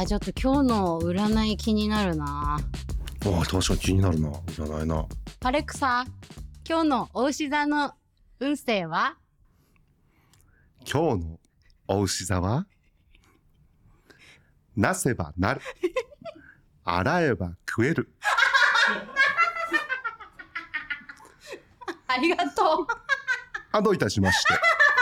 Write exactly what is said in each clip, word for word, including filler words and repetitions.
ちょっと今日の占い気になるな。 あ確かに気になるな。占いな。 アレクサ、今日のお牛座の運勢は？ 今日のお牛座はなせばなる洗えば食える。 ありがとう。 あどういたしまして。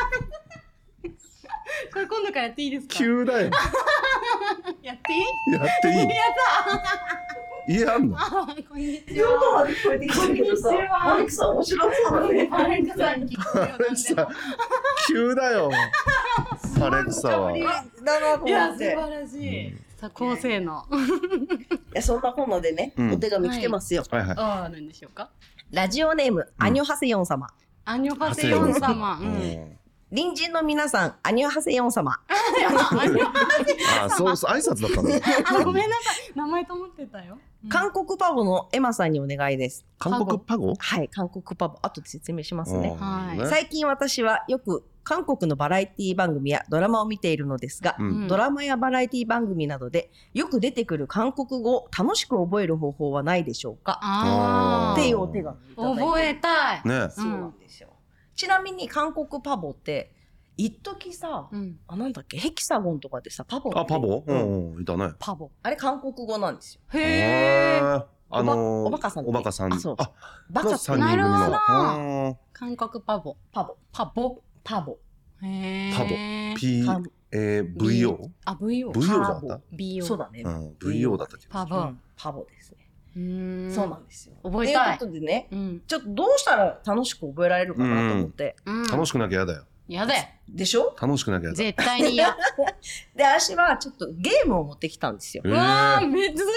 これ今度からやっていいですか？ 急だよ。 やっていい？ やっていい？ やった家あんの？ あこんにちよくは。 まで聞こえてきたけどさ、アレクさん面白そうだね。 アレクサに聞こえるアレクサ急だよ。アレクサは。 だなといや素思って。 晴らしい。さあ高性能。 いやそんなこんなでね、 うんお手紙来てますよ。 はいはい。 ああ何でしょうか？ ラジオネーム、アニョハセヨン様。 アニョハセヨン様。うん。 隣人の皆さん、アニョハセヨン様。 あそうそう挨拶だったの。 あごめんなさい。名前と思ってたよ。 韓国パボのエマさんにお願いです。 韓国パゴ？ はい、韓国パボ。後で説明しますね。 はいね最近私はよく韓国のバラエティ番組やドラマを見ているのですが、 うんドラマやバラエティ番組などでよく出てくる韓国語を楽しく覚える方法はないでしょうか？ ああ。 っていうお手紙いただいて。 覚えたい。 ね。 そうなんですよ。ちなみに韓国パボって一時さ、 うん。 あなんだっけヘキサゴンとかでさパボってあパボ？ううんんうんいたね。 パボ。 あれ韓国語なんですよ。 へえ。 ーあのーおばかさんっておばかさん。 あそうあバカって三人組の。 なるほどうん韓国パボ。 パボパボ。 パボへえ。 パボ P パえー V O？ あ V O。 V O だった？ B O。 そうだね。 うん V O だったっけ？ パボ。 うんパボですね。 うーん。 そうなんですよ。 覚えたいということでね、 うん。 ちょっとどうしたら楽しく覚えられるかなと思って。 うん。 楽しくなきゃやだよ。 やだよ。 でしょ？ 楽しくなきゃやだ。 絶対に嫌。 で、私はちょっとゲームを持ってきたんですよ。 えうわー、 ー珍しい。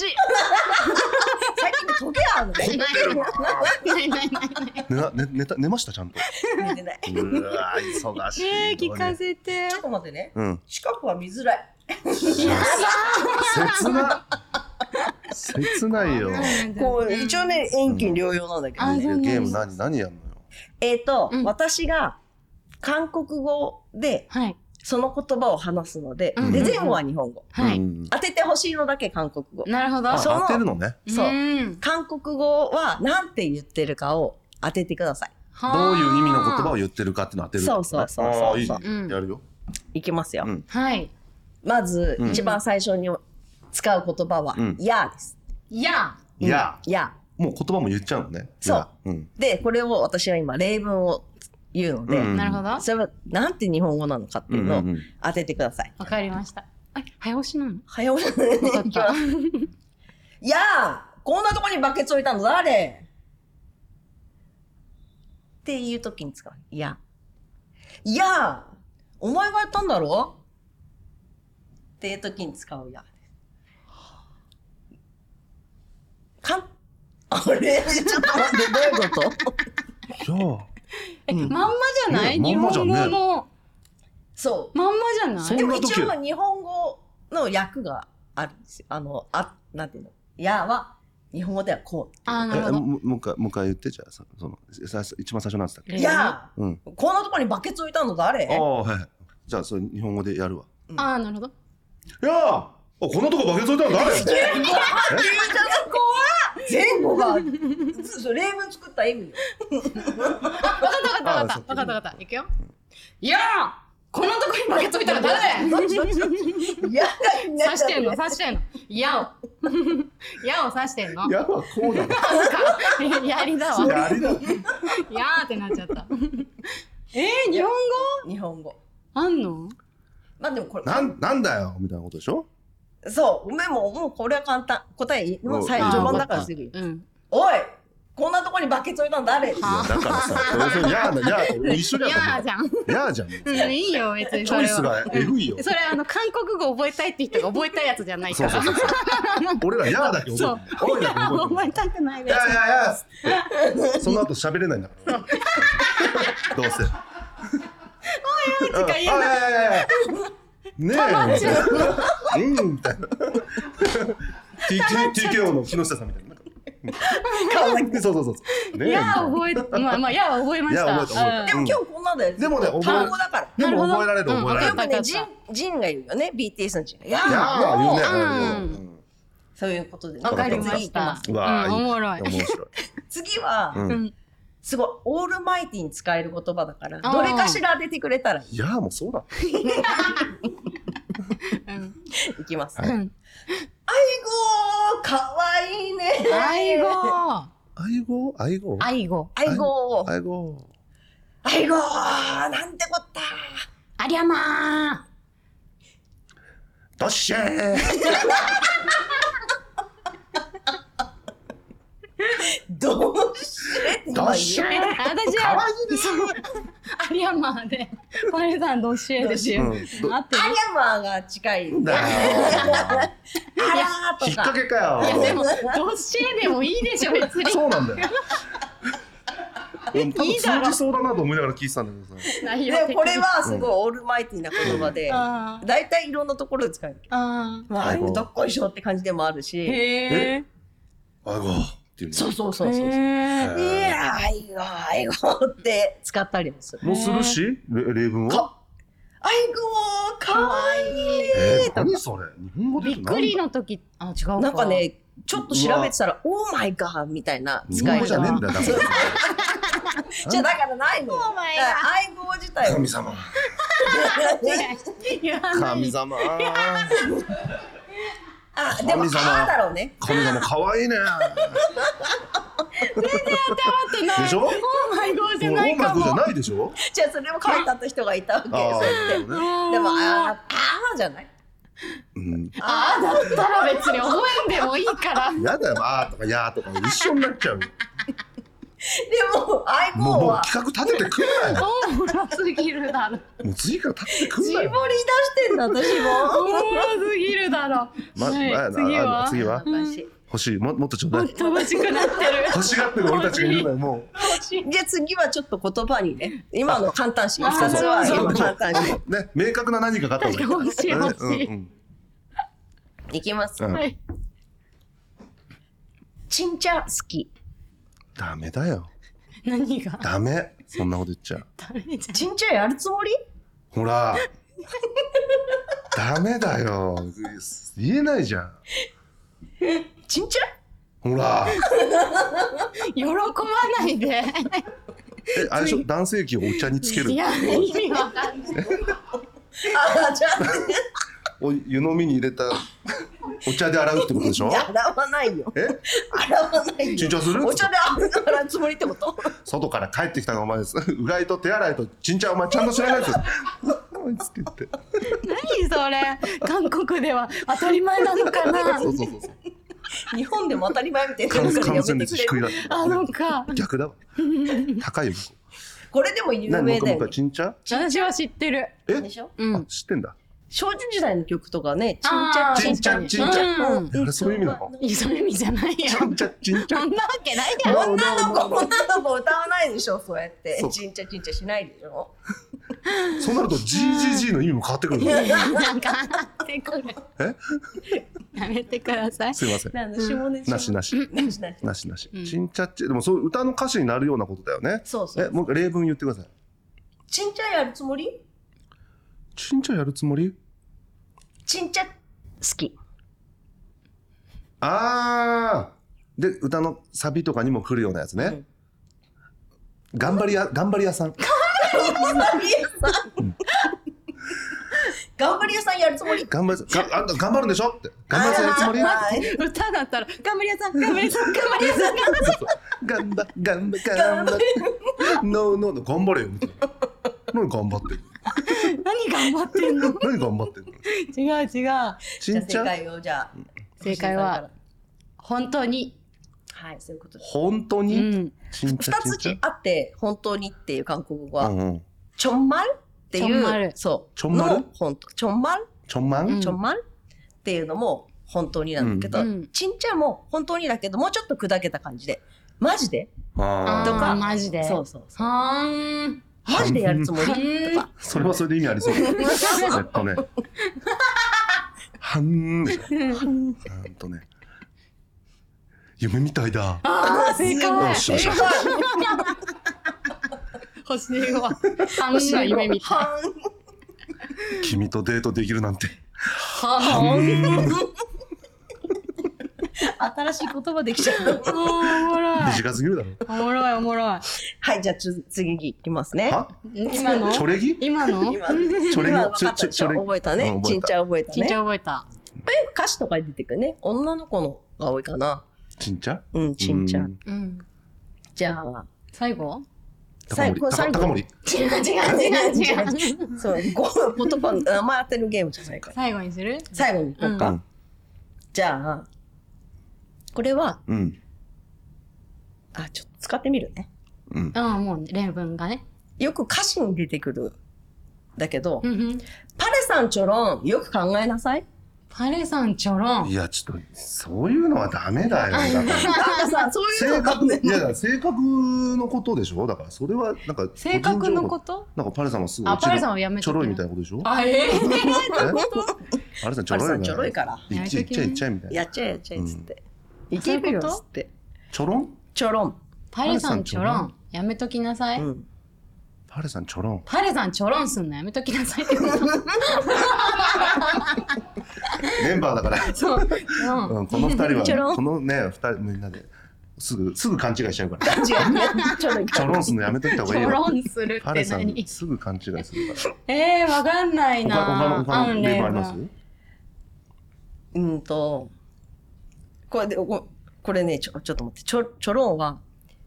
最近トゲあるのね。 ないないないない。 寝な寝寝た寝ましたちゃんと。 寝てない。 うわー忙しい。 ねえ、聞かせてちょ。っと待ってね。 うん。 近くは見づらい。 切な。切ないよ。 こう、一応ね、遠近療養なんだけどね。 あそうなんだゲーム何何やんのよ。 えっと、 うん私が韓国語ではい。 その言葉を話すので、 うんで、前後は日本語。 はい。 うん当ててほしいのだけ韓国語。 なるほど。 あそう当てるのね。 そううん。 韓国語は何て言ってるかを当ててください。 どういう意味の言葉を言ってるかっていうのを当てるってことね。 そうそうそうそうあーいいねうんやるよ。 いきますよ。 うんはい。 まず、 うん一番最初に使う言葉は、 うんやです。 やいやや。 もう言葉も言っちゃうのね。 そういや。うん。 で、これを私は今例文を言うので、 うんなるほど。わそれはなんて日本語なのかっていうのをうんうんうん当ててください。 かりました。あ、早押しなの？ 早押しわかった。 やあこんなとこにバケツ置いたの誰っていう時に使う。いや。いやお前がやったんだろっていう時に使うやです。かん、あれちょっと待って、どういうこといやえ、 うんまんまじゃない？ ね日本まんまじゃんね語のそう。 まんまじゃない？ そんなでも一時応日本語の訳があるんですよ。あの、あ、なんていうの。やは日本語ではこう。 あー、なえるほど。 ももう一回もう一回言ってじゃあそそのさ一番最初なんつったっけ？ えいやうん。 こんなとこにバケツ置いたの誰ああはいはい。じゃあそれ日本語でやるわ。 あー、なるほど。 いやーあこんなとこバケツ置いたの誰？ 前後が、そう例文作った意味よ。 わかったわかったわかった。わかったわかった。いくよ。いやーこんなとこにバケツ置いたら誰？ どっちどっちどっちやだ刺してんの刺してんの。やを。やを刺してんの。 いやはこうだろ。 なんか、やりだわ。 やりだ。 やーってなっちゃった。えー、日本語日本語。 あんの？ まあでもこれ、 なんなんだよみたいなことでしょ？ そう、でももうこれは簡単。答え、もう最あー序盤だからすぐ言う。 うん。 おいこんなとこにバケツ置いたの誰いやだからさ、それやだやだ一緒じゃん。 やーじゃん。 やじゃん。チうん、いいよ、別にそョイれは。 スがえぐいよ。 それはあの、韓国語覚えたいって人が覚えたいやつじゃないから。 そうそうそうそう。俺らやだけそう覚えてる。おいだけ覚えて覚える。 たくないです。 やややってその後喋れないんだから。どうせ。おいおいとか言えないいやいやいや。ねえ。うんみたいな。ティーケー ティーケーオー の木下さんみたいな。 顔だけそうそうそうそう。ねいや覚えまあまあいや覚えました。 いや覚えた覚えたでも今日こんなだよ。 でもね覚え単語だから。 でも覚えられるうん覚えられる。 よくね、 わジンかった、 ジンが言うよね、ビーティーエス のジンが。いやいやー言うね。 うんうんそういうことでね。 わかりま次行きしたます。 うわーうんおもろい面白い。 次は、 うんうんすごい、オールマイティに使える言葉だから、 あーどれかしら当ててくれたらいいやーもうそうだ。 うんいきます。 はいうんアイゴー、かわいいね。 愛語愛語愛語愛語アイゴー、 愛語アイゴー、なんてこった。 ありゃまどっしゃー。 どうしてって今どっしゃ言う。 ー私かわはいそうありゃまーでマリさんどっしえですようんど合ってるアリャマーが近い。 だよあらー引っ掛とか。 けかいやでもよ。 どっしえでもいいでしょ別にそうなんだよ。うん多分通じそうだなと思いながら聞いてたんだけどさ。 内容的にでこれはすごいオールマイティな言葉で、 あーだいたいいろんなところで使える。 あまあ、ああいうどっこいしょって感じでもあるーし。 へえ愛語っていうの。 そうそうそうそう。いへーやー、あいごあいごって使ったりもする。 もうするしれ例文を。 かあいごかわいい。 えー、何それ日本語でびっくりの時あ違うかなんかね、ちょっと調べてたら、オーマイガーみたいな使い日本語じゃねえんだよだから。 じゃあだからないのよ。 Oh my god だから愛語自体は神様言わない神様あ、でも、 神様あーだろうね。 神様可愛いね。 待ってないでしょ？ オーマイゴーじゃもうないかも音楽じゃないでしょ？ じゃあそれも書いてあった人がいたわけ。そうあやって。 あ、なるほどね。 でも、あー、あーじゃない。 うん。 ああだったら別に覚えんでもいいからやだよ、あーとかやーとか一緒になっちゃうよ。 でも、愛もうもう語は、 企画立ててくんなよ。 おもろすぎるだろもう次から立ててくん絞りなよ。 出してんだ、私も。 おもろすぎるだろま、 はいまあ次はあ次は私欲しい。ももっとちょうだい。 楽しくなってる欲しがってる俺たちがいるのよ、もう。 欲しいじゃあ次はちょっと言葉にね、今の簡単詞、 あ二つはそう今簡単詞。 ね、明確な何かがあった方がいいから。 欲しい欲しいうんうんいきます。 うんはいちんちゃ好き。 ダメだよ。 何がダメ。そんなこと言っちゃう。 誰じゃんちんちゃやるつもり？ ほら。ダメだよ。言えないじゃん。 ちんちゃ？ ほら。 喜ばないでえ、あれでしょ男性器をお茶につけるい。や意味わかんないあ、じゃあ、 お湯飲みに入れたお茶で洗うってことでしょいや洗わないよ。 え洗わないよ。 緊張するお茶で洗うつもりってこと？ 外から帰ってきたのお前です。うがいと手洗いとちんちゃんお前ちゃんと知らないです。おいつけて。 何それ韓国では当たり前なのかなそうそうそうそう。 日本でも当たり前みたいな感のから感やめてくれ染率低いる。 ら。 あのか逆だわ。高いよ。 これでも有何もかもか名だよね。 ちんちゃ私は知ってるえでしょ？ うんあ、知ってんだ。 少女時代の曲とかね、ちんちあーゃちんちゃちんちゃちんちゃうんあれそういう意味なのいやそういう意味じゃないよちんちゃちんちゃそんなわけないやろ女の子女の子歌わないでしょ、そうやってそうちんちゃちんちゃしないでしょ。 そうなると ジージージー の意味も変わってくるの。 なんかってくるえやめてくださいすいません。 なんだ下ネタなしなし。 なしなし。 なしなしうん。 ちんちゃっちでもそう歌の歌詞になるようなことだよね。 そうそうえ、もう一回例文言ってください。 ちんちゃやるつもり？ ちんちゃやるつもり？ ちんちゃ好き。 あー。で、歌のサビとかにも来るようなやつね。頑張りや、頑張り屋さん。 頑張り屋さん。頑張り屋さんやるつもり？ 頑張り、があんた頑張るんでしょって。頑張り屋さんやるつもり？ はい歌だったら頑張り屋さん頑張り屋さん頑張り屋さん頑張り屋さん頑張、頑張、頑張って。ノーノーの頑張れよみたいな。何頑張ってんの？ 何頑張ってんの何頑張ってんの？ 違う違うちじゃあんちゃ正解をじゃあ。 正解は本当にはい、そういうことです。 本当に？ うんちんちゃ二つちんちゃ。 あって本当にっていう韓国語は、 うんうん。 ちょんまるっていちょんまるうそうちょんまるの本当ちょんまるちょんまん？ うんちょんまるっていうのも本当になんだけど、 うんちんちゃも本当にだけどもうちょっと砕けた感じでマジであーとかあーマジでそうそうそうはーんマジでやるつもりとかそれはそれで意味ありそう。えっとね。はんでしょ。ほんとね。 夢みたいだ。 あー正よ解。 しよしよし。 星英語は半が夢みたい。 君とデートできるなんて。 新しい言葉できちゃう。 おもろい。 短すぎるだろ。 おもろいおもろい。 はい、じゃあつ次いきますね。 は？ 今の？ チョレギ？ 今の？ 今チョレギ？ 今分かったでしょチョレギ覚えたねうん。覚えたちんちゃん覚えたちんちゃね。 ん覚えた。 歌詞とかに出てくるね。女の子のが多いかな。 ちんちゃ？ うん、ちんちゃ。 うんうん。 じゃあ、 最後？ 高森。 最後高森。 違う違う違う違う。 そう、ご言葉、名前当てるゲームじゃないから。 最後にする？ 最後に行こうか。 うん。 じゃあ、これは、 うん。 あ、ちょっと使ってみるね。 うん。 ああもう例文がね。 よく歌詞に出てくる。だけど、 うんうん。 パレさんちょろん、よく考えなさい。 パレさんちょろん。 いやちょっとそういうのはダメだよ。だからなんかさ、そういう性の格いや性格のことでしょ。だからそれはなんか性格のこと？ なんかパレさんはすぐあパレさんはやめとけちょろいみたいなことでしょ。 あええ。 えパレさんちょろいパレさんちょろいから。 いっちゃいっちゃいいっちゃいみたいな。 やっちゃえやっちゃえっつって。いけるよっつって。 ちょろん？ ちょろん。 パレさんちょろん。やめときなさい。 うん。 パレさんちょろん。 パレさんちょろんすんのやめときなさいってこと。 メンバーだから。 そう。うんうん、この二人ちょろんはこのね二人みんなですぐすぐ勘違いしちゃうから。 違う。ちょろいちょろんすんのやめといた方ちがいいよ。 ょろんするってパレさん何？ すぐ勘違いするから。 えー、わかんない他他のな。 他の例文あります？ うんと、これで、ここれね、ちょ、ちょっと待って、ちょ、ちょろんは、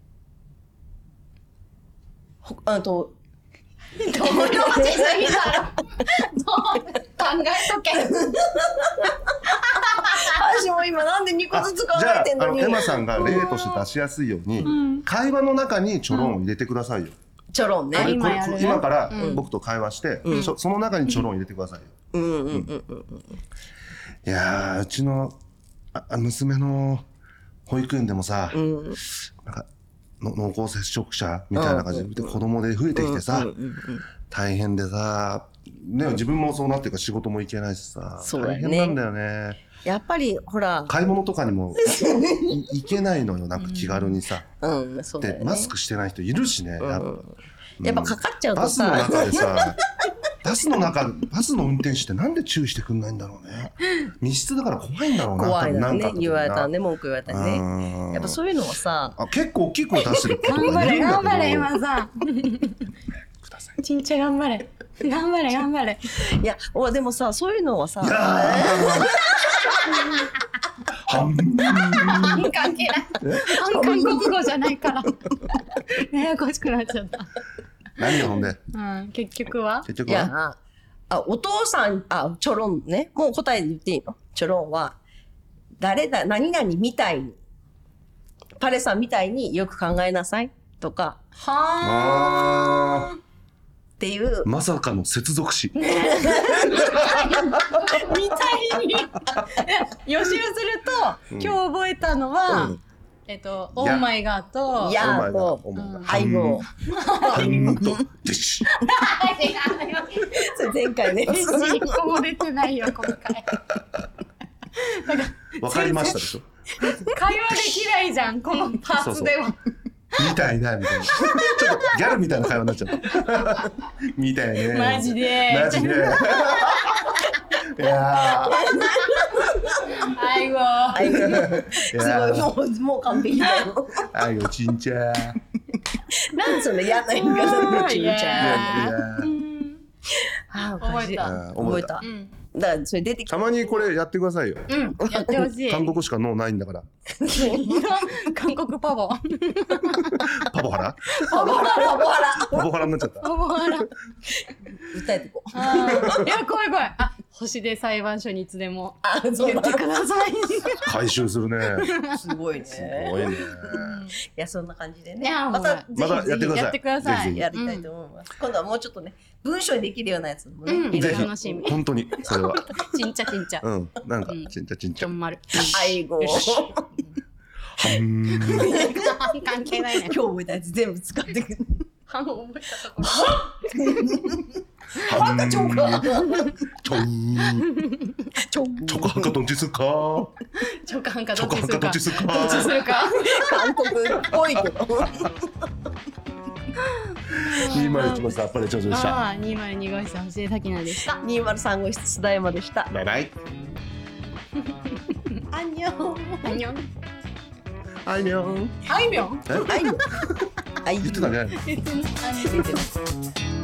ほ、あと、 どういう落ちすぎだろ。考えとけ。 私も今なんでにこずつ考じゃあえてんのにあのエ。マさんが例として出しやすいように、 ん会話の中にちょろんを入れてくださいよ。 ちょろんねこ。れ今やるこれ今からうん僕と会話して、 うんそその中にちょろん入れてくださいよ。 うんうんうんうん。 いやーうちのああ娘の保育園でもさ、 うん。 なんかの濃厚接触者みたいな感じで子供で増えてきてさ、 うんうんうん大変でさ、ね、自分もそうなってるから仕事も行けないしさ、 そうだよね大変なんだよね。 やっぱり、ほら、 買い物とかにもい行けないのよ、なんか気軽にさ。 うん、そうだよね。 でマスクしてない人いるしね、やっぱうんやっぱかかっちゃうとバスのさ、 中でさバスの中バスの運転手ってなんで注意してくんないんだろうね。密室だから怖いんだろうな。 怖いだろうね多分なんかあった時にな言われたらね、文句言われたらね。 うんやっぱそういうのはさ、 あ結構大きい声出してる子と頑張れかいるんだ頑張れけど今さん。 ください。 ちんちゃ頑張れ。頑張れ頑張れ。 いや、おでもさ、そういうのはさい、やー半分関係ない。韓国語じゃないから。ややこしくなっちゃった。 何よほんでうん、結局は結局はいや、あ、お父さん、あ、ちょろんね、もう答えで言っていいの？ちょろんは、誰だ、何々みたいに、パレさんみたいによく考えなさいとか、 はあっていうー、まさかの接続詞。 みたいに。予習すると、今日覚えたのは、 うんえっと、オーマイガーと、 いやーとお前がお前が相棒。 半分とでし。 それ前回ね。 一個も出てないよ、今回。 わかりましたでしょ。 会話できないじゃん、このパーツでは。 みたいなみたいな。ちょっとギャルみたいな会話になっちゃった。みたいね。 マジでマジで。いや愛語。 相棒ー。 すごい、もう、もう完璧だよ。 あいよちんちゃ。 なんその嫌な言い方のちんちゃん。 いやあー、おかしい。 覚あー覚えた。 うん。 だから、それ出てきた。 たまにこれやってくださいよ。 うん、やってほしい。 韓国しか脳ないんだから。 韓国パボ。 パボハラ？ パボハラ、パボハラ。 パボハラになっちゃった。 パボハラ。 歌えてこう。 あーいや、怖い怖い。あ、星出裁判所にいつでもあ、そうだ言って。ください。 回収するね。 すごいね。 すごいね。 いや、そんな感じでいね。 やもうまた、ぜひまたやってくださいやってください。 ぜひぜひやりたいと思います。今度はもうちょっとね、文章にできるようなやつもね。 うん入れてぜひ楽しみ本当にそれは。 ちんちゃちんちゃ。 うん。なんかうんちんちゃちんちゃ。 ちょんまる。 愛語。 よし半関係ないね。 今日覚えたやつ全部使ってくる。 半覚えたところ。 아까 조카. 종 종. 초코 한가 동치스카. 조카 한か 초코 どっちす 한가 るかどっち 동치스카. するか 한국은 보이고. にまるいち号室あっぱれ頂上でした。 ああにまるに号室星江咲菜でしたにまるさん号室須田山でした。 バイバイ。 안녕. 안녕 あいみょん。 あいみょんえ 아이. 아이. 言ってたね。 言ってない言ってない